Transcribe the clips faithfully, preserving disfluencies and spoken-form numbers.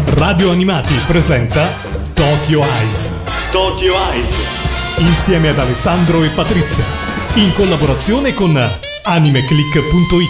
Radio Animati presenta Tokyo Eyes. Tokyo Eyes. Insieme ad Alessandro e Patrizia. In collaborazione con animeclick punto it.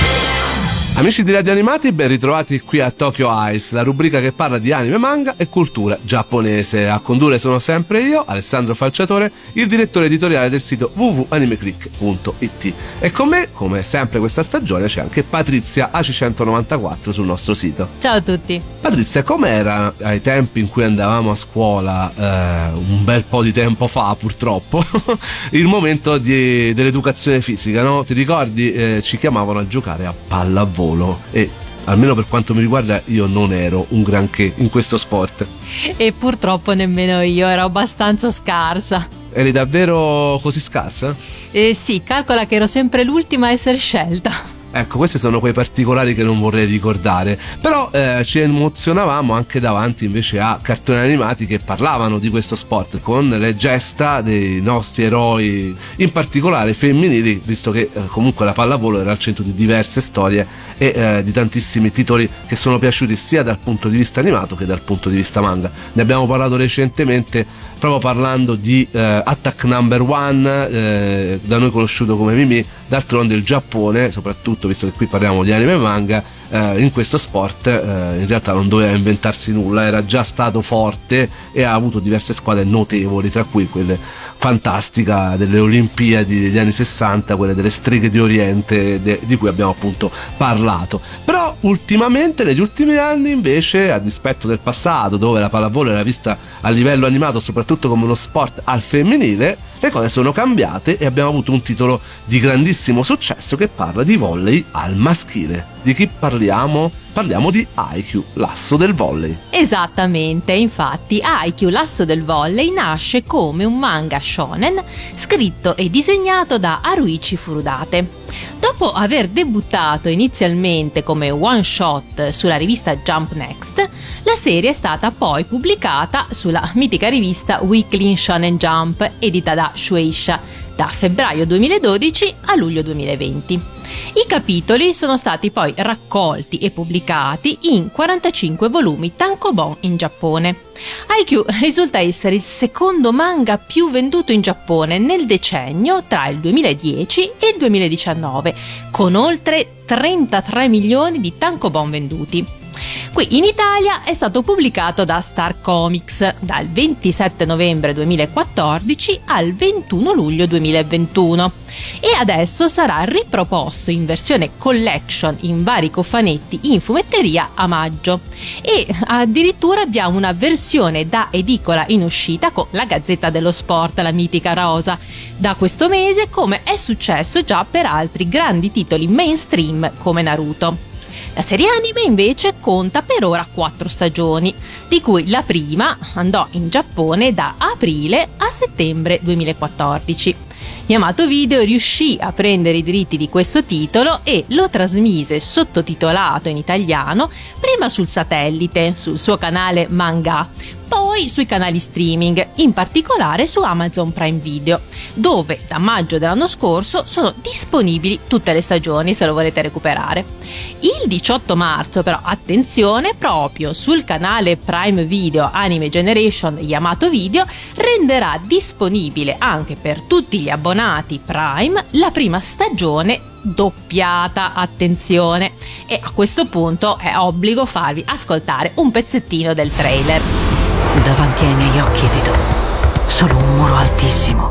Amici di Radio Animati, ben ritrovati qui a Tokyo Eyes, la rubrica che parla di anime, manga e cultura giapponese. A condurre sono sempre io, Alessandro Falciatore, il direttore editoriale del sito w w w punto animeclick punto it. E con me, come sempre questa stagione, c'è anche Patrizia A C centonovantaquattro sul nostro sito. Ciao a tutti. Patrizia, com'era ai tempi in cui andavamo a scuola, eh, un bel po' di tempo fa purtroppo, il momento di, dell'educazione fisica, no? Ti ricordi? Eh, ci chiamavano a giocare a pallavolo. E almeno per quanto mi riguarda io non ero un granché in questo sport. E purtroppo nemmeno io, ero abbastanza scarsa. Eri davvero così scarsa? Eh sì, calcola che ero sempre l'ultima a essere scelta. Ecco, questi sono quei particolari che non vorrei ricordare. Però eh, ci emozionavamo anche davanti invece a cartoni animati che parlavano di questo sport, con le gesta dei nostri eroi, in particolare femminili, visto che eh, comunque la pallavolo era al centro di diverse storie e eh, di tantissimi titoli che sono piaciuti sia dal punto di vista animato che dal punto di vista manga. Ne abbiamo parlato recentemente proprio parlando di eh, Attack Number One, eh, da noi conosciuto come Mimi. D'altronde il Giappone, soprattutto visto che qui parliamo di anime e manga, eh, in questo sport eh, in realtà non doveva inventarsi nulla, era già stato forte e ha avuto diverse squadre notevoli, tra cui quelle fantastica delle Olimpiadi degli anni sessanta, quelle delle Streghe di Oriente, de, di cui abbiamo appunto parlato. Però ultimamente, negli ultimi anni, invece, a dispetto del passato, dove la pallavolo era vista a livello animato soprattutto come uno sport al femminile, le cose sono cambiate e abbiamo avuto un titolo di grandissimo successo che parla di volley al maschile. Di chi parliamo? Parliamo di Haikyuu, l'asso del volley. Esattamente, infatti Haikyuu, l'asso del volley, nasce come un manga shonen scritto e disegnato da Haruichi Furudate. Dopo aver debuttato inizialmente come one shot sulla rivista Jump Next, la serie è stata poi pubblicata sulla mitica rivista Weekly Shonen Jump, edita da Shueisha, da febbraio duemiladodici a luglio duemilaventi. I capitoli sono stati poi raccolti e pubblicati in quarantacinque volumi tankobon in Giappone. Haikyuu risulta essere il secondo manga più venduto in Giappone nel decennio tra il duemiladieci e il duemiladiciannove, con oltre trentatré milioni di tankobon venduti. Qui in Italia è stato pubblicato da Star Comics dal ventisette novembre duemilaquattordici al ventuno luglio duemilaventuno e adesso sarà riproposto in versione collection in vari cofanetti in fumetteria a maggio, e addirittura abbiamo una versione da edicola in uscita con la Gazzetta dello Sport, la mitica rosa, da questo mese, come è successo già per altri grandi titoli mainstream come Naruto. La serie anime invece conta per ora quattro stagioni, di cui la prima andò in Giappone da aprile a settembre duemilaquattordici. Yamato Video riuscì a prendere i diritti di questo titolo e lo trasmise sottotitolato in italiano, prima sul satellite, sul suo canale Manga, poi sui canali streaming, in particolare su Amazon Prime Video, dove da maggio dell'anno scorso sono disponibili tutte le stagioni se lo volete recuperare. Il diciotto marzo però, attenzione, proprio sul canale Prime Video Anime Generation Yamato Video renderà disponibile anche per tutti gli abbonati Prime la prima stagione doppiata, attenzione, e a questo punto è obbligo farvi ascoltare un pezzettino del trailer. Davanti ai miei occhi vedo solo un muro altissimo.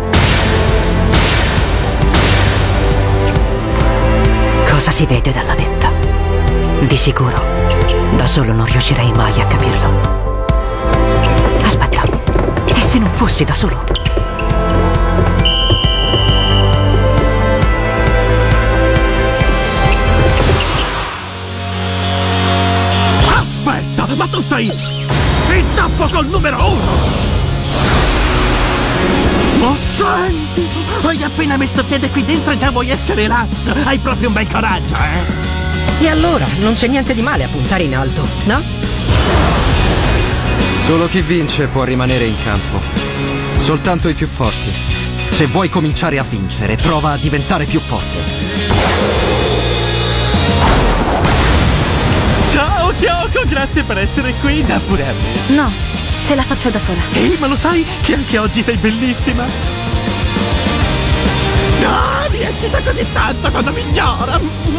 Cosa si vede dalla vetta? Di sicuro, da solo non riuscirei mai a capirlo. Aspetta, e se non fossi da solo? Aspetta, ma tu sei il tappo col numero uno! Oh, senti! Hai appena messo piede qui dentro e già vuoi essere l'asso! Hai proprio un bel coraggio, eh? E allora, non c'è niente di male a puntare in alto, no? Solo chi vince può rimanere in campo. Soltanto i più forti. Se vuoi cominciare a vincere, prova a diventare più forte. Ciao, Kyoko! grazie per essere qui. Da pure a me. No, ce la faccio da sola. Ehi, ma lo sai che anche oggi sei bellissima? No, mi eccita così tanto quando mi ignora.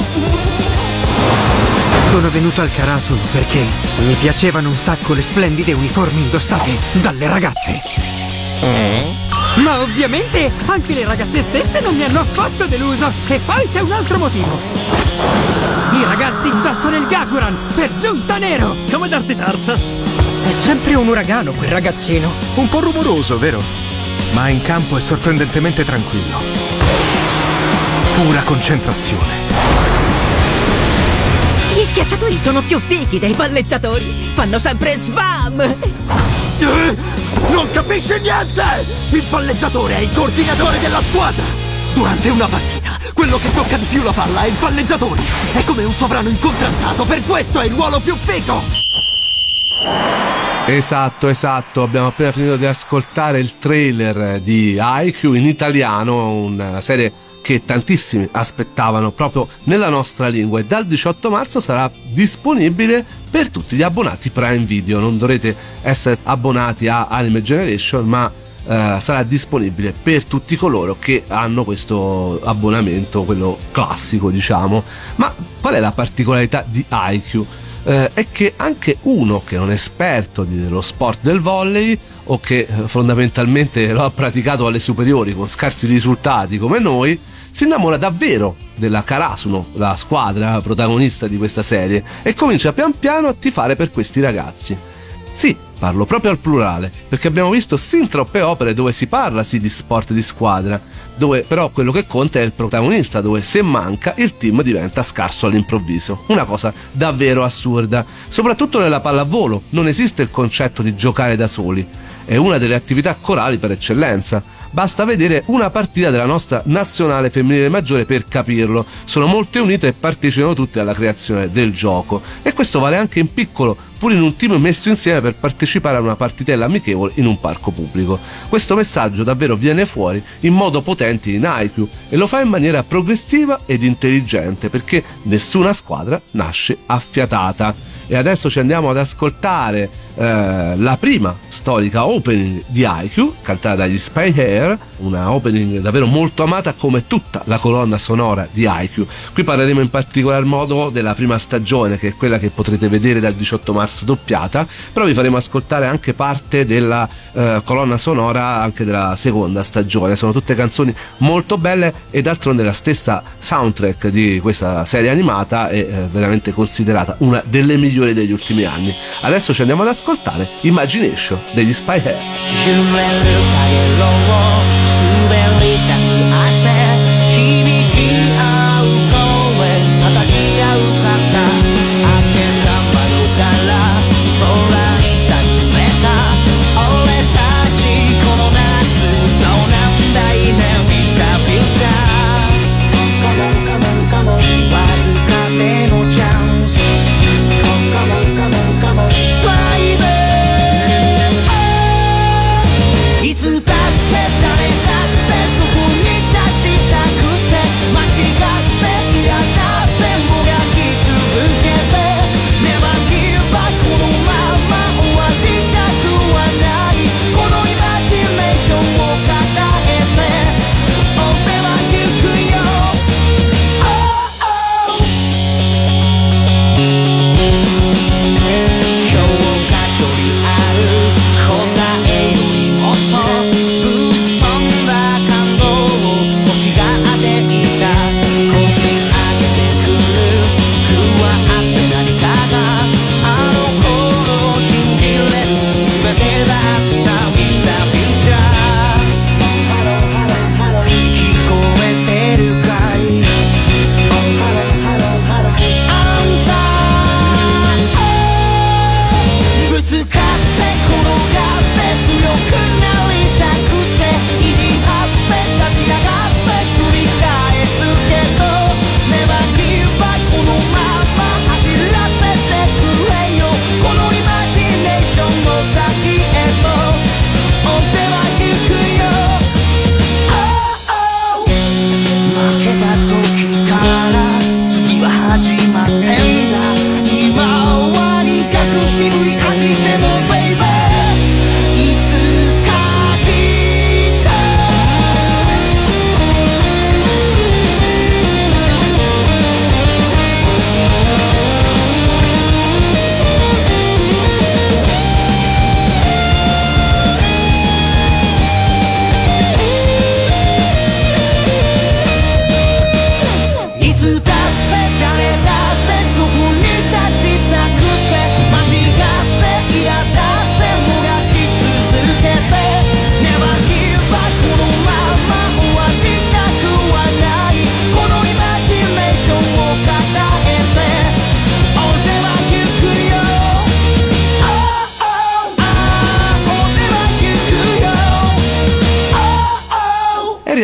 Sono venuto al Karasuno perché mi piacevano un sacco le splendide uniformi indossate dalle ragazze. Ma ovviamente anche le ragazze stesse non mi hanno affatto deluso. E poi c'è un altro motivo. I ragazzi indossano il Gakuran, per giunta nero. Come darti torto? È sempre un uragano quel ragazzino. Un po' rumoroso, vero? Ma in campo è sorprendentemente tranquillo. Pura concentrazione. Gli schiacciatori sono più fichi dei palleggiatori. Fanno sempre sbam. Eh, non capisce niente! Il palleggiatore è il coordinatore della squadra! Durante una partita, quello che tocca di più la palla è il palleggiatore! È come un sovrano incontrastato, per questo è il ruolo più figo! Esatto, esatto, abbiamo appena finito di ascoltare il trailer di Haikyuu in italiano, una serie che tantissimi aspettavano proprio nella nostra lingua, e dal diciotto marzo sarà disponibile per tutti gli abbonati Prime Video. Non dovrete essere abbonati a Anime Generation, ma eh, sarà disponibile per tutti coloro che hanno questo abbonamento, quello classico, diciamo. Ma qual è la particolarità di Haikyuu? Eh, è che anche uno che non è esperto dello sport del volley, o che eh, fondamentalmente lo ha praticato alle superiori con scarsi risultati come noi, si innamora davvero della Karasuno, la squadra protagonista di questa serie, e comincia pian piano a tifare per questi ragazzi. Sì, parlo proprio al plurale, perché abbiamo visto sin troppe opere dove si parla sì di sport di squadra, dove però quello che conta è il protagonista, dove se manca il team diventa scarso all'improvviso. Una cosa davvero assurda. Soprattutto nella pallavolo non esiste il concetto di giocare da soli, è una delle attività corali per eccellenza. Basta vedere una partita della nostra nazionale femminile maggiore per capirlo. Sono molto unite e partecipano tutte alla creazione del gioco, e questo vale anche in piccolo, pur in un team messo insieme per partecipare a una partitella amichevole in un parco pubblico. Questo messaggio davvero viene fuori in modo potente in Haikyuu, e lo fa in maniera progressiva ed intelligente, perché nessuna squadra nasce affiatata. E adesso ci andiamo ad ascoltare eh, la prima storica opening di Haikyuu, cantata dagli Spy Hair, una opening davvero molto amata come tutta la colonna sonora di Haikyuu. Qui parleremo in particolar modo della prima stagione, che è quella che potrete vedere dal diciotto marzo doppiata, però vi faremo ascoltare anche parte della eh, colonna sonora anche della seconda stagione. Sono tutte canzoni molto belle, e d'altronde la stessa soundtrack di questa serie animata è eh, veramente considerata una delle migliori degli ultimi anni. Adesso ci andiamo ad ascoltare Imagination degli Spy Hair. いつだって誰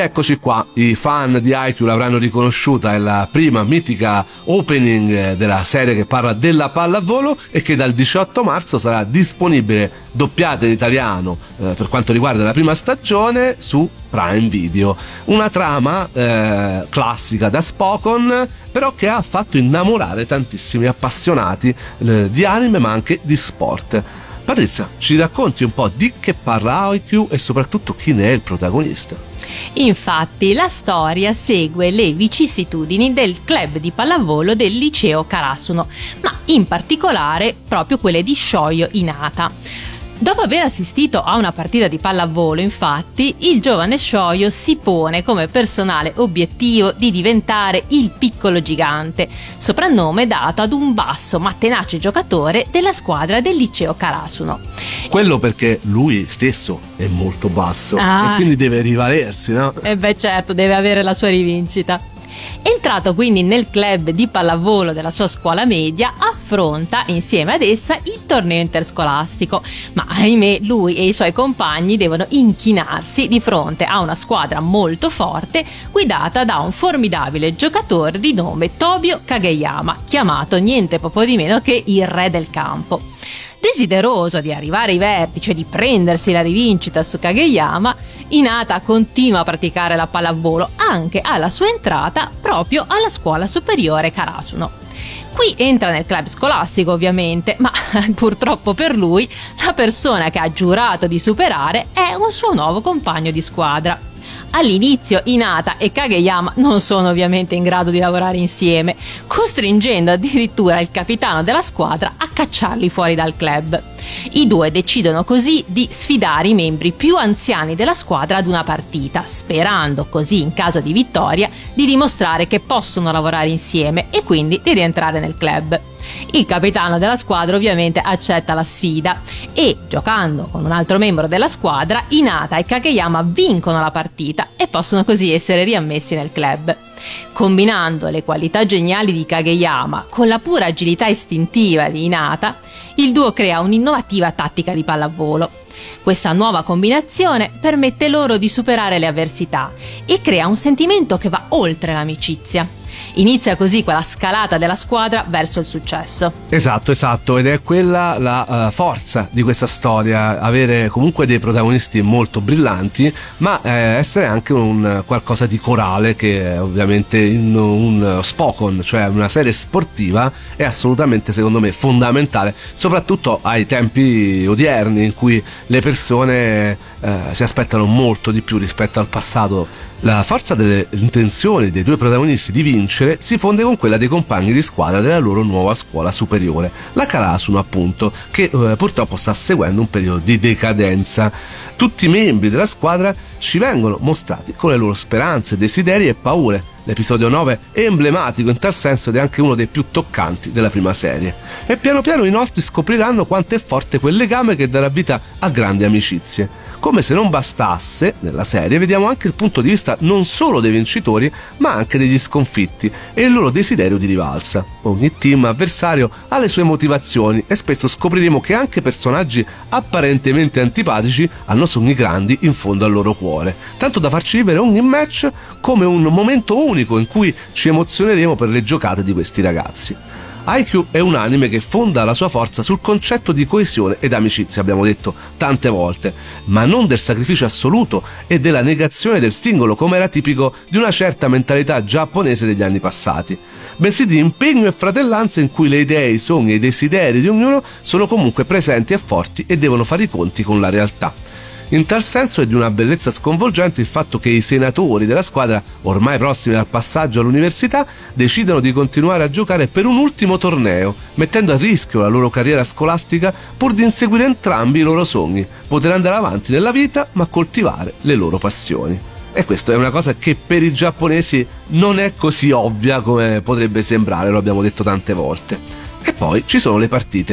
Eccoci qua, i fan di Haikyuu l'avranno riconosciuta, è la prima mitica opening della serie che parla della pallavolo e che dal diciotto marzo sarà disponibile doppiata in italiano eh, per quanto riguarda la prima stagione su Prime Video. Una trama eh, classica da Spokon, però che ha fatto innamorare tantissimi appassionati eh, di anime ma anche di sport. Patrizia, ci racconti un po' di che parla Haikyuu e soprattutto chi ne è il protagonista? Infatti la storia segue le vicissitudini del club di pallavolo del liceo Karasuno, ma in particolare proprio quelle di Shoyo Hinata. Dopo aver assistito a una partita di pallavolo, infatti, il giovane Shoyo si pone come personale obiettivo di diventare il piccolo gigante, soprannome dato ad un basso ma tenace giocatore della squadra del liceo Karasuno. Quello perché lui stesso è molto basso ah. e quindi deve rivalersi, no? E beh certo, deve avere la sua rivincita. Entrato quindi nel club di pallavolo della sua scuola media, affronta insieme ad essa il torneo interscolastico, ma ahimè lui e i suoi compagni devono inchinarsi di fronte a una squadra molto forte guidata da un formidabile giocatore di nome Tobio Kageyama, chiamato niente poco di meno che il re del campo. Desideroso di arrivare ai vertici e di prendersi la rivincita su Kageyama, Hinata continua a praticare la pallavolo anche alla sua entrata proprio alla scuola superiore Karasuno. Qui entra nel club scolastico ovviamente, ma purtroppo per lui la persona che ha giurato di superare è un suo nuovo compagno di squadra. All'inizio Hinata e Kageyama non sono ovviamente in grado di lavorare insieme, costringendo addirittura il capitano della squadra a cacciarli fuori dal club. I due decidono così di sfidare i membri più anziani della squadra ad una partita, sperando così, in caso di vittoria, di dimostrare che possono lavorare insieme e quindi di rientrare nel club. Il capitano della squadra ovviamente accetta la sfida e, giocando con un altro membro della squadra, Hinata e Kageyama vincono la partita e possono così essere riammessi nel club. Combinando le qualità geniali di Kageyama con la pura agilità istintiva di Hinata, il duo crea un'innovativa tattica di pallavolo. Questa nuova combinazione permette loro di superare le avversità e crea un sentimento che va oltre l'amicizia. Inizia così quella scalata della squadra verso il successo. Esatto, esatto, ed è quella la uh, forza di questa storia, avere comunque dei protagonisti molto brillanti, ma eh, essere anche un qualcosa di corale che eh, ovviamente in un Spokon, cioè una serie sportiva, è assolutamente secondo me fondamentale, soprattutto ai tempi odierni in cui le persone eh, si aspettano molto di più rispetto al passato. La forza delle intenzioni dei due protagonisti di vincere si fonde con quella dei compagni di squadra della loro nuova scuola superiore, la Karasuno appunto, che eh, purtroppo sta seguendo un periodo di decadenza. Tutti i membri della squadra ci vengono mostrati con le loro speranze, desideri e paure. L'episodio nove è emblematico in tal senso ed è anche uno dei più toccanti della prima serie. E piano piano i nostri scopriranno quanto è forte quel legame che darà vita a grandi amicizie. Come se non bastasse, nella serie vediamo anche il punto di vista non solo dei vincitori, ma anche degli sconfitti e il loro desiderio di rivalsa. Ogni team avversario ha le sue motivazioni e spesso scopriremo che anche personaggi apparentemente antipatici hanno sogni grandi in fondo al loro cuore, tanto da farci vivere ogni match come un momento unico in cui ci emozioneremo per le giocate di questi ragazzi. Haikyuu è un anime che fonda la sua forza sul concetto di coesione ed amicizia, abbiamo detto tante volte, ma non del sacrificio assoluto e della negazione del singolo come era tipico di una certa mentalità giapponese degli anni passati, bensì di impegno e fratellanza in cui le idee, i sogni e i desideri di ognuno sono comunque presenti e forti e devono fare i conti con la realtà. In tal senso è di una bellezza sconvolgente il fatto che i senatori della squadra, ormai prossimi al passaggio all'università, decidano di continuare a giocare per un ultimo torneo, mettendo a rischio la loro carriera scolastica pur di inseguire entrambi i loro sogni, poter andare avanti nella vita ma coltivare le loro passioni. E questa è una cosa che per i giapponesi non è così ovvia come potrebbe sembrare, lo abbiamo detto tante volte. E poi ci sono le partite.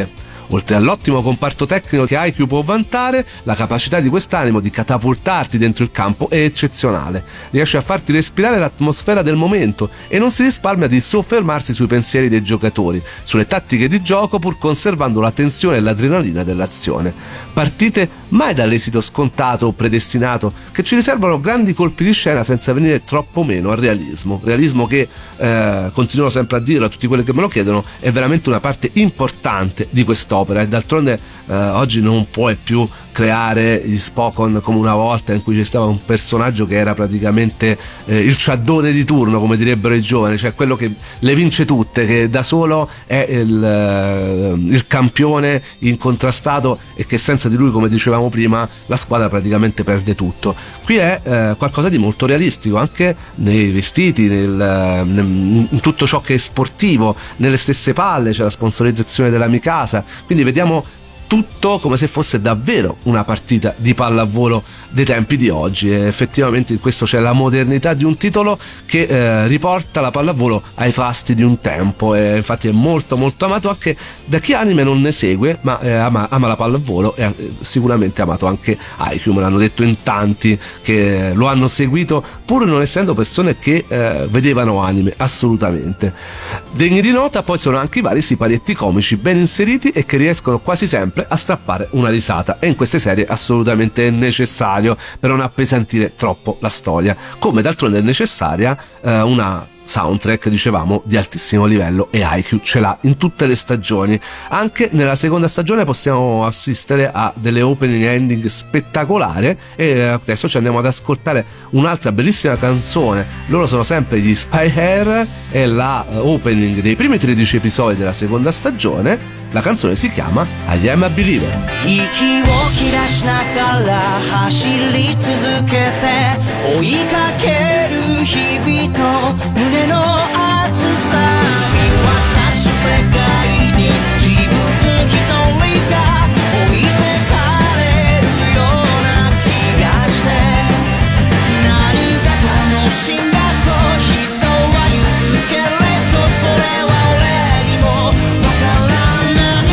Oltre all'ottimo comparto tecnico che Haikyuu può vantare, la capacità di quest'animo di catapultarti dentro il campo è eccezionale. Riesce a farti respirare l'atmosfera del momento e non si risparmia di soffermarsi sui pensieri dei giocatori, sulle tattiche di gioco, pur conservando la tensione e l'adrenalina dell'azione. Partite mai dall'esito scontato o predestinato, che ci riservano grandi colpi di scena senza venire troppo meno al realismo. Realismo che, eh, continuo sempre a dirlo a tutti quelli che me lo chiedono, è veramente una parte importante di quest'opera, e d'altronde eh, oggi non puoi più creare gli Spokon come una volta, in cui ci stava un personaggio che era praticamente eh, il ciaddone di turno, come direbbero i giovani, cioè quello che le vince tutte, che da solo è il, eh, il campione incontrastato e che senza di lui, come dicevamo prima, la squadra praticamente perde tutto. Qui è eh, qualcosa di molto realistico, anche nei vestiti, nel, nel, in tutto ciò che è sportivo, nelle stesse palle c'è la sponsorizzazione della Mikasa, quindi vediamo tutto come se fosse davvero una partita di pallavolo dei tempi di oggi, e effettivamente in questo c'è la modernità di un titolo che eh, riporta la pallavolo ai fasti di un tempo, e infatti è molto molto amato anche da chi anime non ne segue, ma eh, ama, ama la pallavolo, e eh, sicuramente amato anche Haikyuu, me l'hanno detto in tanti che lo hanno seguito pur non essendo persone che eh, vedevano anime assolutamente. Degni di nota poi sono anche i vari siparietti comici ben inseriti e che riescono quasi sempre a strappare una risata, e in queste serie assolutamente è necessario per non appesantire troppo la storia, come d'altronde è necessaria eh, una soundtrack, dicevamo, di altissimo livello, e Haikyuu ce l'ha in tutte le stagioni. Anche nella seconda stagione possiamo assistere a delle opening ending spettacolari, e adesso ci andiamo ad ascoltare un'altra bellissima canzone. Loro sono sempre gli Spy Hair, e la opening dei primi tredici episodi della seconda stagione. La canzone si chiama I Am a Believer. 息を切らしながら走り続けて追いかける日々と胸の熱さ見渡す世界に自分一人が置いてかれるような気がして何か楽しんだと人は言うけれどそれは俺にもわからない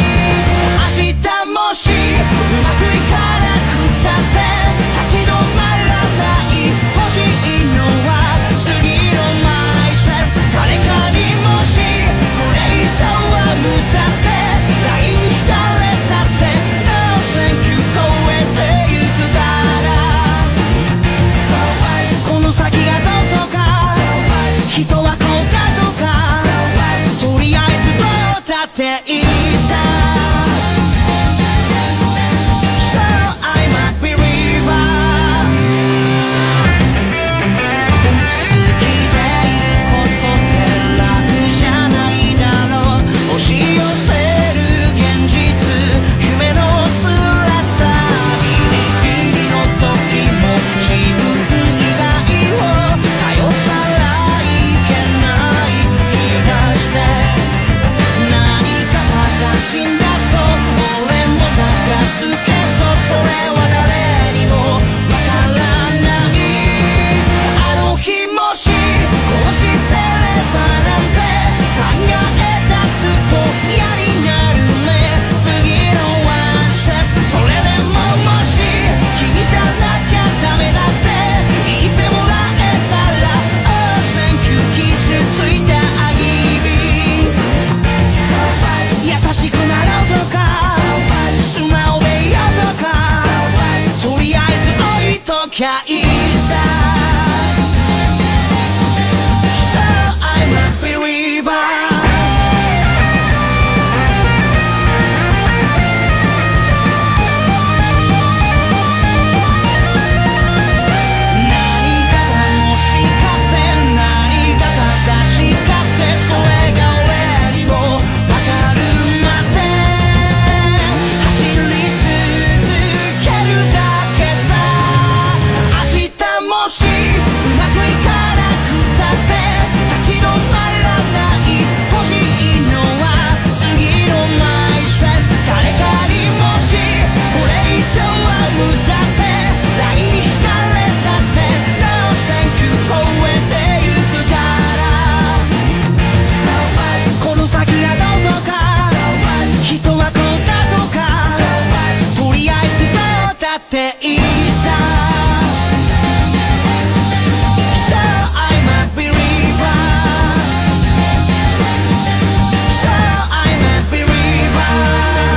もしうまくいかなくたって立ち止まらない欲しいのは次のマイセル誰かにもしこれ以上は無駄ってライン引かれたって No thank you 超えてゆくからこの先がどうとか人はこうかとかとりあえずどうだっていいさきゃいいさ So I'm a believer走だっていいさ So I'm a believer So I'm a believer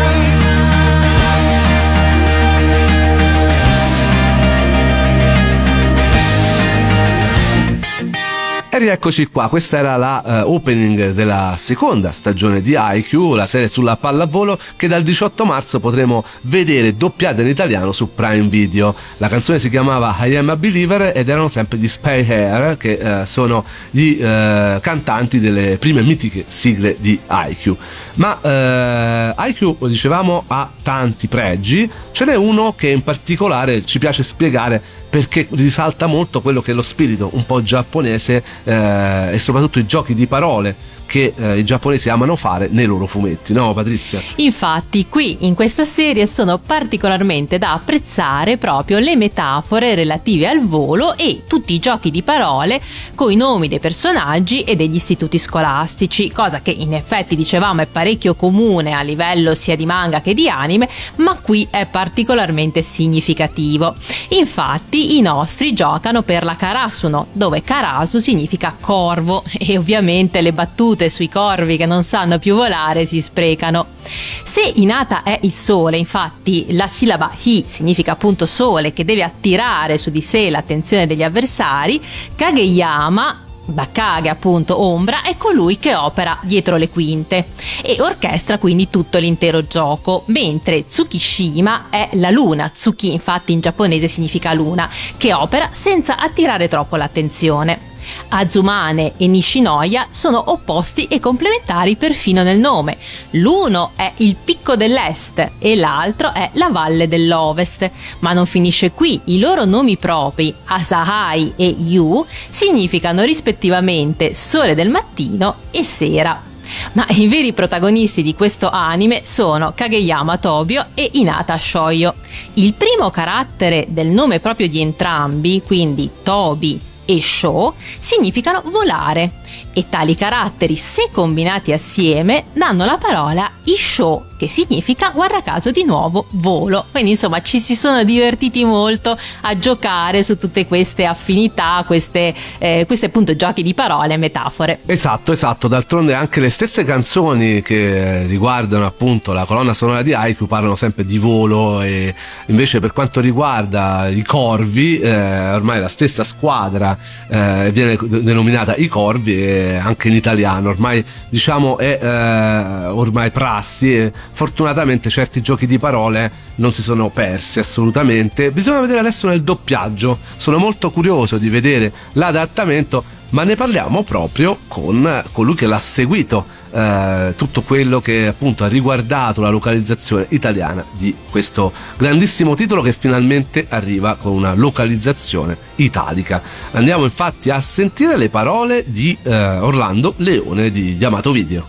E rieccoci qua, questa era la uh, opening della seconda stagione di I Q, la serie sulla pallavolo che dal diciotto marzo potremo vedere doppiata in italiano su Prime Video. La canzone si chiamava I Am a Believer ed erano sempre gli Spy Hair, che uh, sono gli uh, cantanti delle prime mitiche sigle di I Q. Ma uh, I Q, lo dicevamo, ha tanti pregi, ce n'è uno che in particolare ci piace spiegare perché risalta molto quello che è lo spirito un po' giapponese eh, e soprattutto i giochi di parole che eh, i giapponesi amano fare nei loro fumetti, no Patrizia? Infatti qui in questa serie sono particolarmente da apprezzare proprio le metafore relative al volo e tutti i giochi di parole con i nomi dei personaggi e degli istituti scolastici, cosa che in effetti dicevamo è parecchio comune a livello sia di manga che di anime, ma qui è particolarmente significativo. Infatti i nostri giocano per la Karasuno, dove Karasu significa corvo, e ovviamente le battute sui corvi che non sanno più volare si sprecano. Se Hinata è il sole, infatti la sillaba hi significa appunto sole che deve attirare su di sé l'attenzione degli avversari, Kageyama, da Kage appunto ombra, è colui che opera dietro le quinte e orchestra quindi tutto l'intero gioco, mentre Tsukishima è la luna, Tsuki infatti in giapponese significa luna, che opera senza attirare troppo l'attenzione. Azumane e Nishinoya sono opposti e complementari perfino nel nome. L'uno è il picco dell'est e l'altro è la valle dell'ovest. Ma non finisce qui, i loro nomi propri, Asahai e Yu, significano rispettivamente sole del mattino e sera. Ma i veri protagonisti di questo anime sono Kageyama Tobio e Hinata Shoyo. Il primo carattere del nome proprio di entrambi, quindi Tobi e Sho, significano volare, e tali caratteri, se combinati assieme, danno la parola Isho, che significa, guarda caso, di nuovo volo. Quindi insomma ci si sono divertiti molto a giocare su tutte queste affinità, queste, eh, queste appunto giochi di parole e metafore. Esatto, esatto, d'altronde anche le stesse canzoni che riguardano appunto la colonna sonora di I Q parlano sempre di volo, e invece per quanto riguarda i corvi, eh, ormai la stessa squadra eh, viene denominata i corvi, e anche in italiano ormai diciamo è eh, ormai prassi, e fortunatamente certi giochi di parole non si sono persi assolutamente. Bisogna vedere adesso nel doppiaggio, sono molto curioso di vedere l'adattamento, ma ne parliamo proprio con colui che l'ha seguito, eh, tutto quello che appunto ha riguardato la localizzazione italiana di questo grandissimo titolo che finalmente arriva con una localizzazione italica. Andiamo infatti a sentire le parole di eh, Orlando Leone di Yamato Video.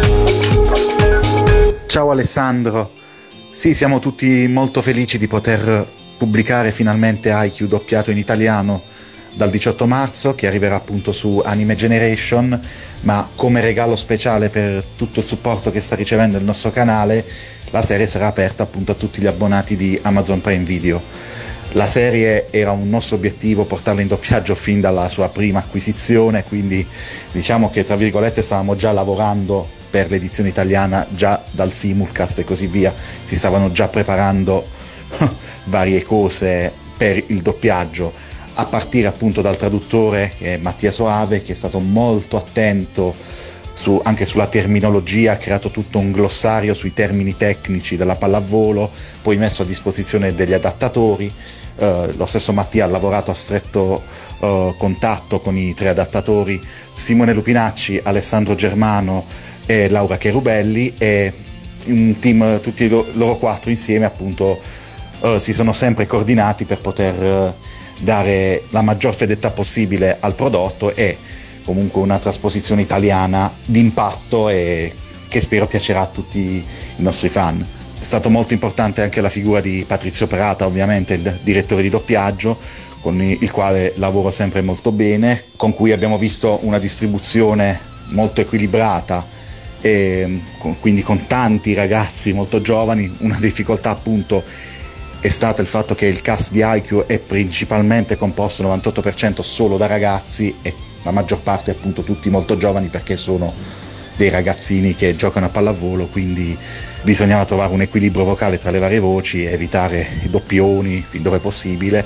Ciao Alessandro, sì, siamo tutti molto felici di poter pubblicare finalmente I Q doppiato in italiano dal diciotto marzo, che arriverà appunto su Anime Generation, ma come regalo speciale per tutto il supporto che sta ricevendo il nostro canale, la serie sarà aperta appunto a tutti gli abbonati di Amazon Prime Video. La serie era un nostro obiettivo, portarla in doppiaggio fin dalla sua prima acquisizione, quindi diciamo che tra virgolette stavamo già lavorando per l'edizione italiana già dal simulcast e così via, si stavano già preparando varie cose per il doppiaggio, a partire appunto dal traduttore che è Mattia Soave, che è stato molto attento su, anche sulla terminologia, ha creato tutto un glossario sui termini tecnici della pallavolo, poi messo a disposizione degli adattatori. Uh, lo stesso Mattia ha lavorato a stretto uh, contatto con i tre adattatori, Simone Lupinacci, Alessandro Germano e Laura Cherubelli, e un team, tutti lo, loro quattro insieme appunto uh, si sono sempre coordinati per poter uh, dare la maggior fedeltà possibile al prodotto e comunque una trasposizione italiana d'impatto e che spero piacerà a tutti i nostri fan. È stato molto importante anche la figura di Patrizio Perata, ovviamente il direttore di doppiaggio, con il quale lavoro sempre molto bene, con cui abbiamo visto una distribuzione molto equilibrata e quindi con tanti ragazzi molto giovani. Una difficoltà appunto è stato il fatto che il cast di Haikyuu è principalmente composto novantotto per cento solo da ragazzi e la maggior parte appunto tutti molto giovani, perché sono dei ragazzini che giocano a pallavolo, quindi bisognava trovare un equilibrio vocale tra le varie voci e evitare i doppioni fin dove possibile,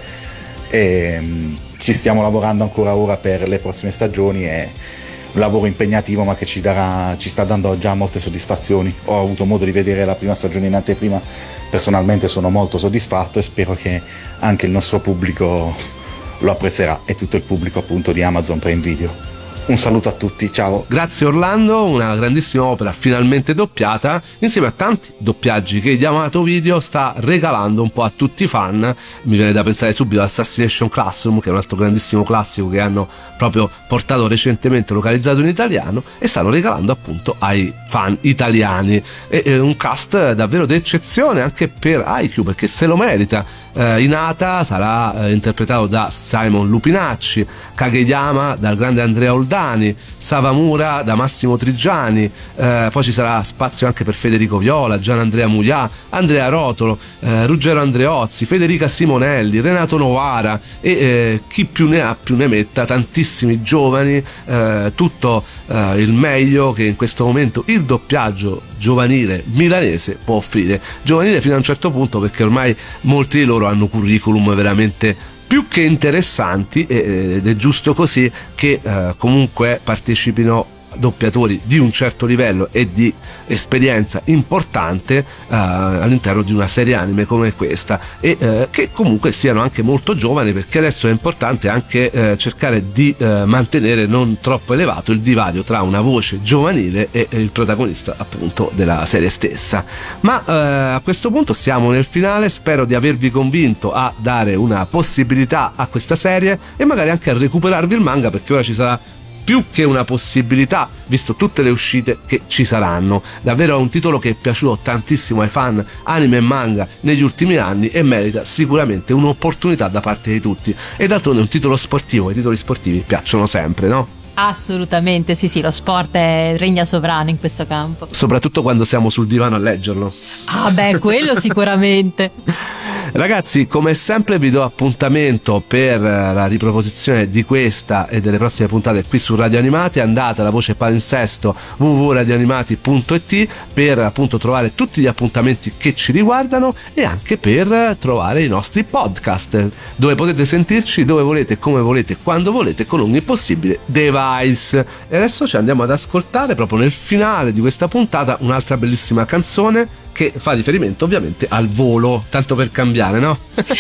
e um, ci stiamo lavorando ancora ora per le prossime stagioni. È un lavoro impegnativo ma che ci darà, ci sta dando già molte soddisfazioni. Ho avuto modo di vedere la prima stagione in anteprima, personalmente sono molto soddisfatto e spero che anche il nostro pubblico lo apprezzerà, e tutto il pubblico appunto di Amazon Prime Video. Un saluto a tutti, ciao. Grazie Orlando, una grandissima opera finalmente doppiata, insieme a tanti doppiaggi che Yamato Video sta regalando un po' a tutti i fan. Mi viene da pensare subito a Assassination Classroom, che è un altro grandissimo classico che hanno proprio portato recentemente, localizzato in italiano, e stanno regalando appunto ai fan italiani. E, e un cast davvero d'eccezione anche per Haikyuu, perché se lo merita. eh, Hinata sarà eh, interpretato da Simon Lupinacci, Kageyama dal grande Andrea Oldani, Savamura da Massimo Trigiani, eh, poi ci sarà spazio anche per Federico Viola, Gian Andrea Muglià, Andrea Rotolo, eh, Ruggero Andreozzi, Federica Simonelli, Renato Novara e eh, chi più ne ha più ne metta, tantissimi giovani, eh, tutto eh, il meglio che in questo momento il doppiaggio giovanile milanese può offrire. Giovanile fino a un certo punto, perché ormai molti di loro hanno curriculum veramente più che interessanti, ed è giusto così che eh, comunque partecipino doppiatori di un certo livello e di esperienza importante eh, all'interno di una serie anime come questa, e eh, che comunque siano anche molto giovani, perché adesso è importante anche eh, cercare di eh, mantenere non troppo elevato il divario tra una voce giovanile e, e il protagonista appunto della serie stessa. Ma eh, a questo punto siamo nel finale, spero di avervi convinto a dare una possibilità a questa serie e magari anche a recuperarvi il manga, perché ora ci sarà più che una possibilità, visto tutte le uscite che ci saranno. Davvero è un titolo che è piaciuto tantissimo ai fan anime e manga negli ultimi anni e merita sicuramente un'opportunità da parte di tutti. E d'altronde è un titolo sportivo, i titoli sportivi piacciono sempre, no? Assolutamente, sì sì, lo sport è, regna sovrano in questo campo. Soprattutto quando siamo sul divano a leggerlo. Ah beh, quello sicuramente. Ragazzi, come sempre vi do appuntamento per la riproposizione di questa e delle prossime puntate qui su Radio Animati. Andate alla voce palinsesto w w w punto radioanimati punto i t per appunto trovare tutti gli appuntamenti che ci riguardano e anche per trovare i nostri podcast, dove potete sentirci dove volete, come volete, quando volete, con ogni possibile device. E adesso ci andiamo ad ascoltare proprio nel finale di questa puntata un'altra bellissima canzone che fa riferimento ovviamente al volo, tanto per cambiare, no?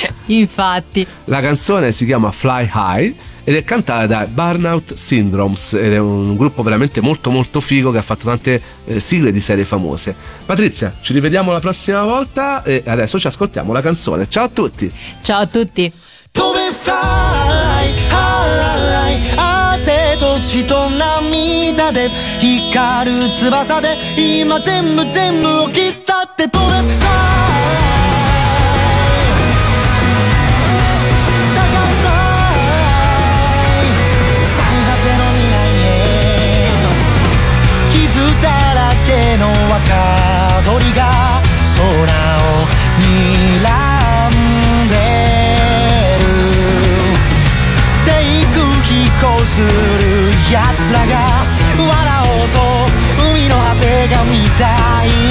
Infatti. La canzone si chiama Fly High ed è cantata da Burnout Syndromes ed è un gruppo veramente molto molto figo che ha fatto tante eh, sigle di serie famose. Patrizia, ci rivediamo la prossima volta e adesso ci ascoltiamo la canzone. Ciao a tutti. Ciao a tutti. Dove fly high 汗と血と涙で光る翼で今全部全部を切っ去って飛べフライ高いフライ最果ての未来へ傷だらけの若鳥が空を睨んで飛行する奴らが笑おうと海の果てが見たい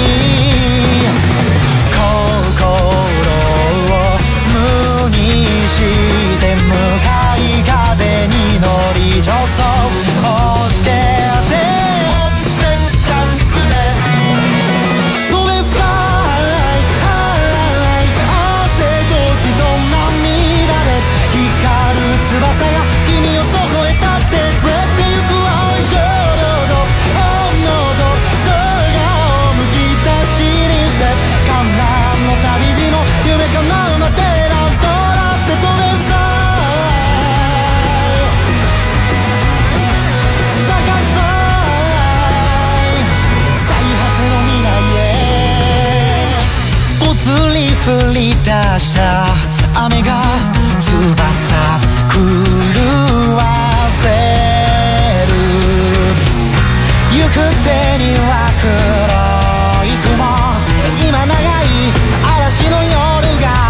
心を無にして向かい風に乗り助走をつけて翼が君をどこへだって連れて行く愛情のど本能と空をむき出しにして観覧の旅路の夢叶うまでなんとだって飛べフライ高いフライ最果ての未来へぽつり降り出した雨が翼狂わせる行く手には黒い雲今長い嵐の夜が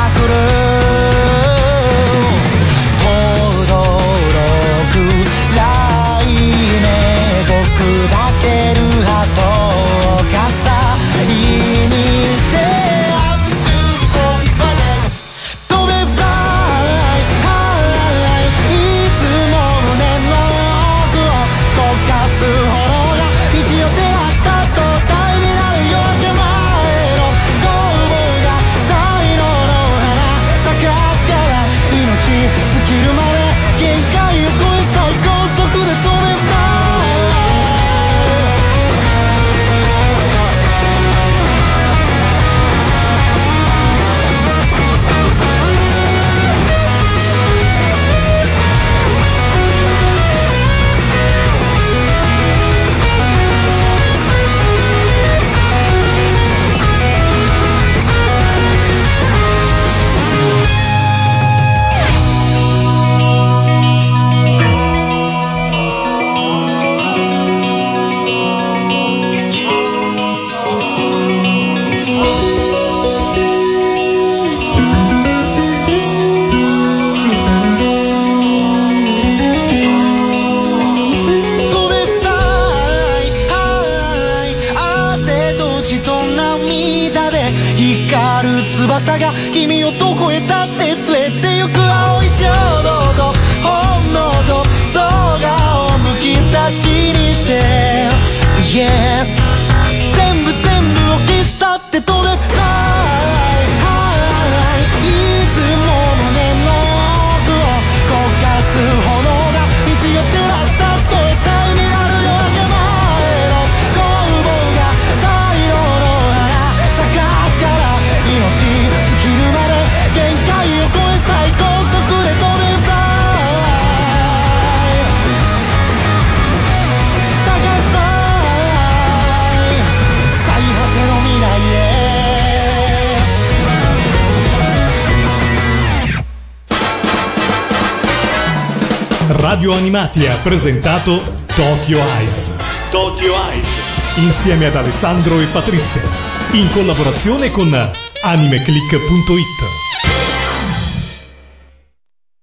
血と涙で光る翼が君をどこへだって連れて行く青い衝動と本能と空をむき出しにして、yeah、全部全部を消さって飛ぶ、はいはい、いつも胸の奥を焦がす炎が道を照らしたストレートになる夜明け前の攻防が最後の花咲かすから命尽きるまで限界を超え最高速で飛べフライ高くフライ最果ての未来へ Radio Animati ha presentato Tokyo Eyes. Tokyo Eyes. Insieme ad Alessandro e Patrizia. In collaborazione con animeclick punto it.